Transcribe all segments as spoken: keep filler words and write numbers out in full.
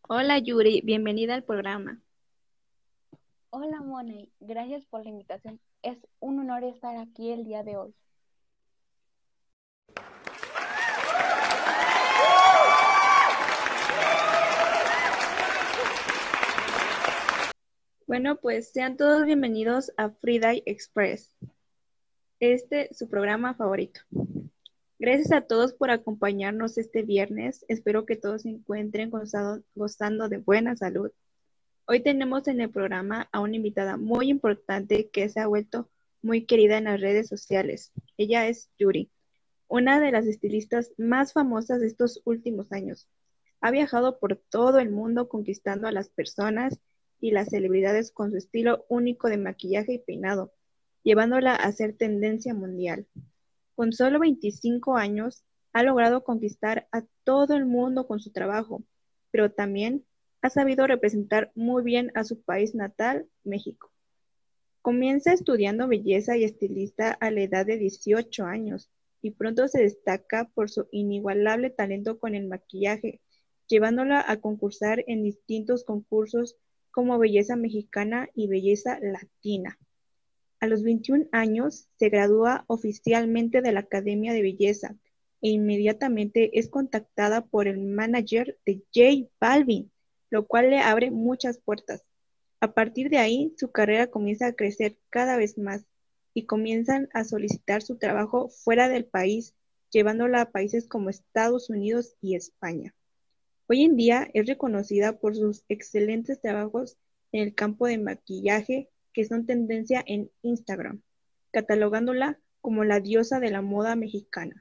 Hola Yuri, bienvenida al programa. Hola Money, gracias por la invitación. Es un honor estar aquí el día de hoy. Bueno, pues sean todos bienvenidos a Friday Express, este su programa favorito. Gracias a todos por acompañarnos este viernes. Espero que todos se encuentren gozado- gozando de buena salud. Hoy tenemos en el programa a una invitada muy importante que se ha vuelto muy querida en las redes sociales. Ella es Yuri, una de las estilistas más famosas de estos últimos años. Ha viajado por todo el mundo conquistando a las personas y las celebridades con su estilo único de maquillaje y peinado, llevándola a ser tendencia mundial. Con solo veinticinco años, ha logrado conquistar a todo el mundo con su trabajo, pero también ha sabido representar muy bien a su país natal, México. Comienza estudiando belleza y estilista a la edad de dieciocho años y pronto se destaca por su inigualable talento con el maquillaje, llevándola a concursar en distintos concursos como Belleza Mexicana y Belleza Latina. A los veintiún años se gradúa oficialmente de la Academia de Belleza e inmediatamente es contactada por el manager de J Balvin, lo cual le abre muchas puertas. A partir de ahí, su carrera comienza a crecer cada vez más y comienzan a solicitar su trabajo fuera del país, llevándola a países como Estados Unidos y España. Hoy en día es reconocida por sus excelentes trabajos en el campo de maquillaje que son tendencia en Instagram, catalogándola como la diosa de la moda mexicana.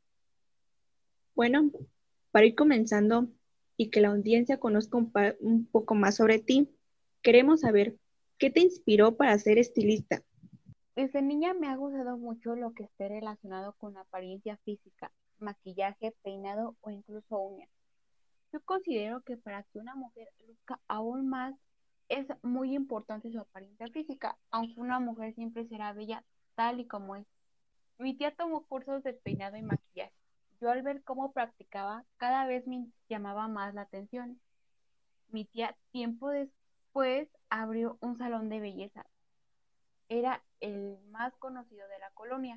Bueno, para ir comenzando y que la audiencia conozca un, pa- un poco más sobre ti, queremos saber qué te inspiró para ser estilista. Desde niña me ha gustado mucho lo que esté relacionado con la apariencia física, maquillaje, peinado o incluso uñas. Yo considero que para que una mujer luzca aún más es muy importante su apariencia física, aunque una mujer siempre será bella tal y como es. Mi tía tomó cursos de peinado y maquillaje. Yo al ver cómo practicaba, cada vez me llamaba más la atención. Mi tía tiempo después abrió un salón de belleza. Era el más conocido de la colonia.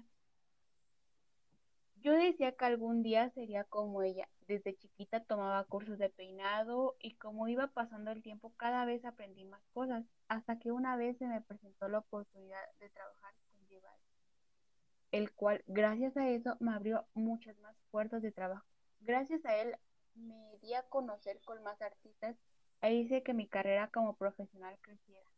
Yo decía que algún día sería como ella. Desde chiquita tomaba cursos de peinado y como iba pasando el tiempo cada vez aprendí más cosas, hasta que una vez se me presentó la oportunidad de trabajar con J Balvin, el cual gracias a eso me abrió muchas más puertas de trabajo. Gracias a él me di a conocer con más artistas e hice que mi carrera como profesional creciera.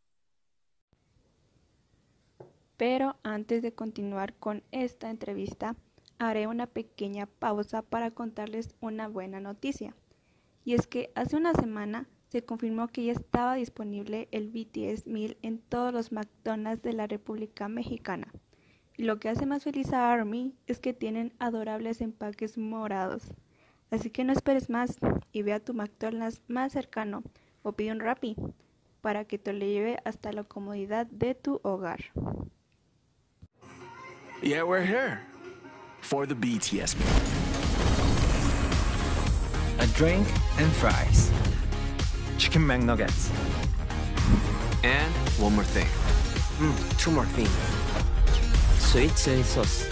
Pero antes de continuar con esta entrevista, haré una pequeña pausa para contarles una buena noticia. Y es que hace una semana se confirmó que ya estaba disponible el B T S Meal en todos los McDonald's de la República Mexicana. Y lo que hace más feliz a ARMY es que tienen adorables empaques morados. Así que no esperes más y ve a tu McDonald's más cercano o pide un Rappi para que te lo lleve hasta la comodidad de tu hogar. Yeah, we're here for the B T S meal. A drink and fries. Chicken McNuggets. And one more thing. Mm, two more things. Sweet chili sauce.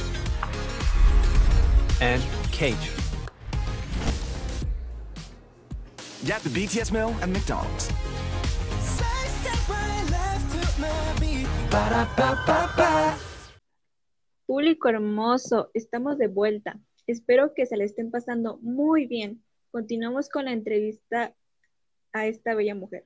And cage. Get the B T S meal at McDonald's. Público hermoso, estamos de vuelta. Espero que se le estén pasando muy bien. Continuamos con la entrevista a esta bella mujer.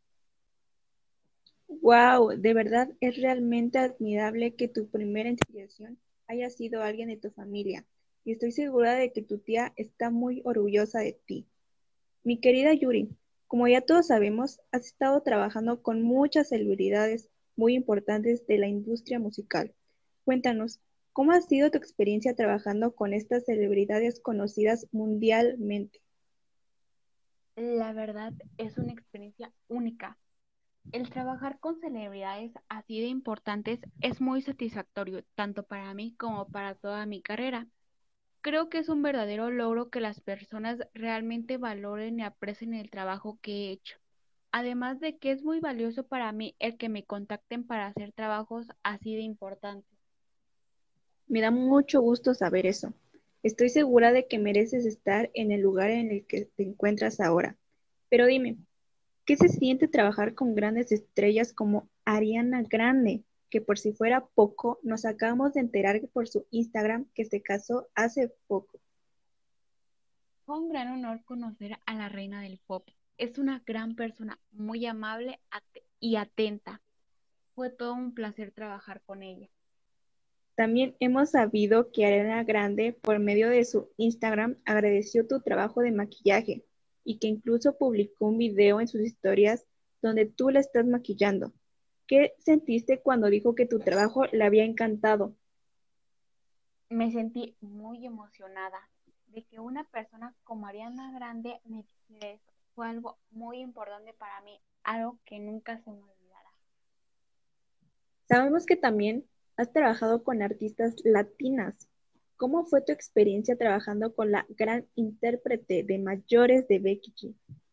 Wow, de verdad es realmente admirable que tu primera inspiración haya sido alguien de tu familia. Y estoy segura de que tu tía está muy orgullosa de ti. Mi querida Yuri, como ya todos sabemos, has estado trabajando con muchas celebridades muy importantes de la industria musical. Cuéntanos, ¿cómo ha sido tu experiencia trabajando con estas celebridades conocidas mundialmente? La verdad es una experiencia única. El trabajar con celebridades así de importantes es muy satisfactorio, tanto para mí como para toda mi carrera. Creo que es un verdadero logro que las personas realmente valoren y aprecien el trabajo que he hecho. Además de que es muy valioso para mí el que me contacten para hacer trabajos así de importantes. Me da mucho gusto saber eso. Estoy segura de que mereces estar en el lugar en el que te encuentras ahora. Pero dime, ¿qué se siente trabajar con grandes estrellas como Ariana Grande? Que por si fuera poco, nos acabamos de enterar por su Instagram que se casó hace poco. Fue un gran honor conocer a la reina del pop. Es una gran persona, muy amable ate- y atenta. Fue todo un placer trabajar con ella. También hemos sabido que Ariana Grande, por medio de su Instagram, agradeció tu trabajo de maquillaje y que incluso publicó un video en sus historias donde tú la estás maquillando. ¿Qué sentiste cuando dijo que tu trabajo le había encantado? Me sentí muy emocionada de que una persona como Ariana Grande me dijera eso. Fue algo muy importante para mí, algo que nunca se me olvidará. Sabemos que también has trabajado con artistas latinas. ¿Cómo fue tu experiencia trabajando con la gran intérprete de mayores de Becky G?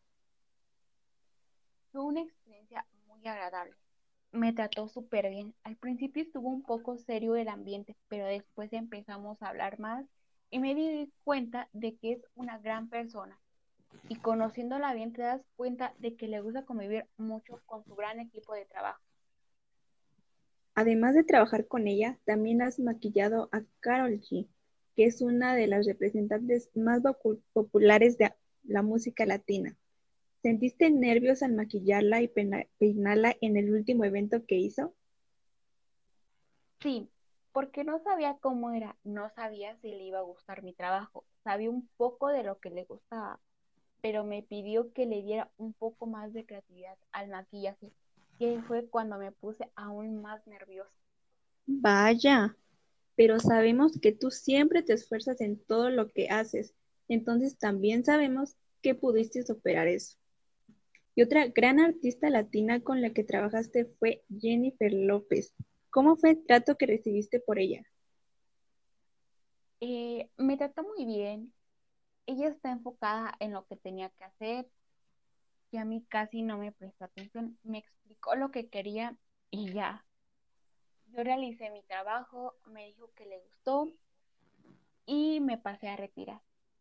Fue una experiencia muy agradable. Me trató súper bien. Al principio estuvo un poco serio el ambiente, pero después empezamos a hablar más y me di cuenta de que es una gran persona. Y conociéndola bien te das cuenta de que le gusta convivir mucho con su gran equipo de trabajo. Además de trabajar con ella, también has maquillado a Karol G, que es una de las representantes más popu- populares de la música latina. ¿Sentiste nervios al maquillarla y pena- peinarla en el último evento que hizo? Sí, porque no sabía cómo era, no sabía si le iba a gustar mi trabajo, sabía un poco de lo que le gustaba, pero me pidió que le diera un poco más de creatividad al maquillaje, que fue cuando me puse aún más nerviosa. Vaya, pero sabemos que tú siempre te esfuerzas en todo lo que haces, entonces también sabemos que pudiste superar eso. Y otra gran artista latina con la que trabajaste fue Jennifer López. ¿Cómo fue el trato que recibiste por ella? Eh, me trató muy bien, ella está enfocada en lo que tenía que hacer y a mí casi no me prestó atención, me explicó lo que quería y ya. Yo realicé mi trabajo, me dijo que le gustó y me pasé a retirar.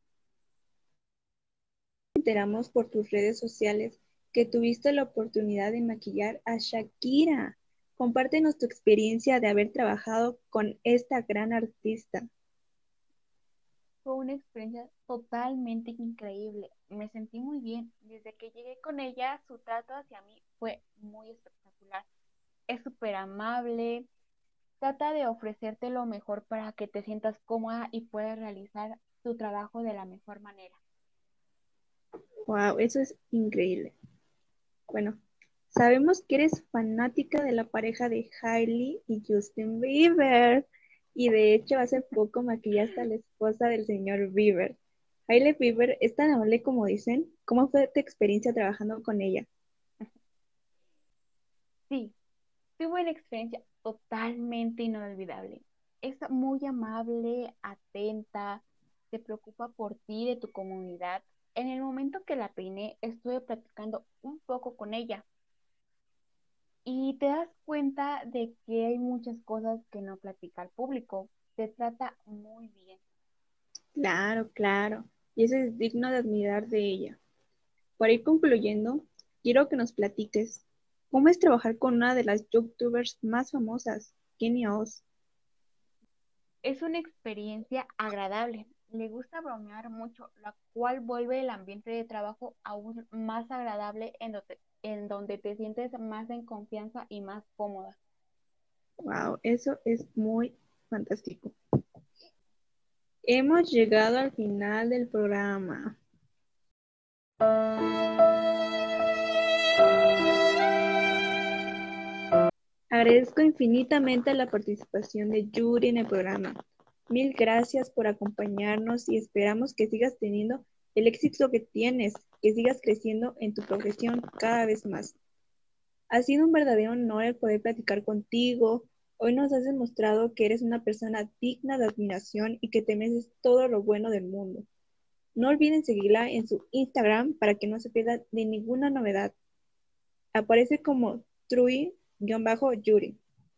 Enteramos por tus redes sociales que tuviste la oportunidad de maquillar a Shakira. Compártenos tu experiencia de haber trabajado con esta gran artista. Fue una experiencia totalmente increíble. Me sentí muy bien. Desde que llegué con ella, su trato hacia mí fue muy espectacular. Es súper amable, trata de ofrecerte lo mejor para que te sientas cómoda y puedas realizar tu trabajo de la mejor manera. Wow, eso es increíble. Bueno, sabemos que eres fanática de la pareja de Hailey y Justin Bieber. Y de hecho, hace poco maquillaste a la esposa del señor Bieber. Hailey Bieber es tan amable como dicen. ¿Cómo fue tu experiencia trabajando con ella? Sí, tuve una experiencia totalmente inolvidable. Es muy amable, atenta, se preocupa por ti, de tu comunidad. En el momento que la peiné, estuve platicando un poco con ella y te das cuenta de que hay muchas cosas que no platica al público. Te trata muy bien. Claro, claro. Y eso es digno de admirar de ella. Para ir concluyendo, quiero que nos platiques cómo es trabajar con una de las YouTubers más famosas, Kenia Oz. Es una experiencia agradable. Le gusta bromear mucho, la cual vuelve el ambiente de trabajo aún más agradable en donde, en donde te sientes más en confianza y más cómoda. Wow, eso es muy fantástico. Hemos llegado al final del programa. Agradezco infinitamente la participación de Yuri en el programa. Mil gracias por acompañarnos y esperamos que sigas teniendo el éxito que tienes, que sigas creciendo en tu profesión cada vez más. Ha sido un verdadero honor el poder platicar contigo, Hoy nos has demostrado que eres una persona digna de admiración y que te mereces todo lo bueno del mundo. No olviden seguirla en su Instagram para que no se pierda de ninguna novedad. Aparece como Trui-Yuri.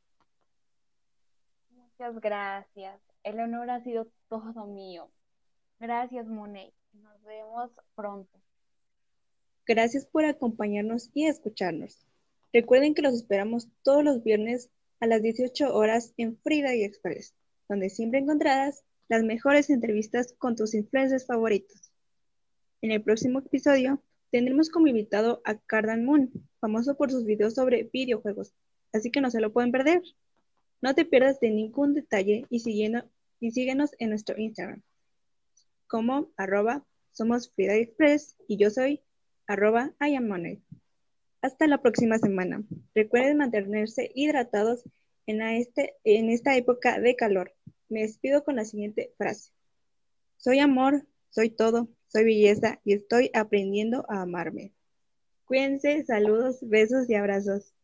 Muchas gracias. El honor ha sido todo mío. Gracias, Monet. Nos vemos pronto. Gracias por acompañarnos y escucharnos. Recuerden que los esperamos todos los viernes a las dieciocho horas en Friday Express, donde siempre encontrarás las mejores entrevistas con tus influencers favoritos. En el próximo episodio tendremos como invitado a Cardan Moon, famoso por sus videos sobre videojuegos, así que no se lo pueden perder. No te pierdas de ningún detalle y, siguiendo, y síguenos en nuestro Instagram como arroba somos Friday Express y yo soy arroba I am Monet. Hasta la próxima semana. Recuerden mantenerse hidratados en, este, en esta época de calor. Me despido con la siguiente frase. Soy amor, soy todo, soy belleza y estoy aprendiendo a amarme. Cuídense, saludos, besos y abrazos.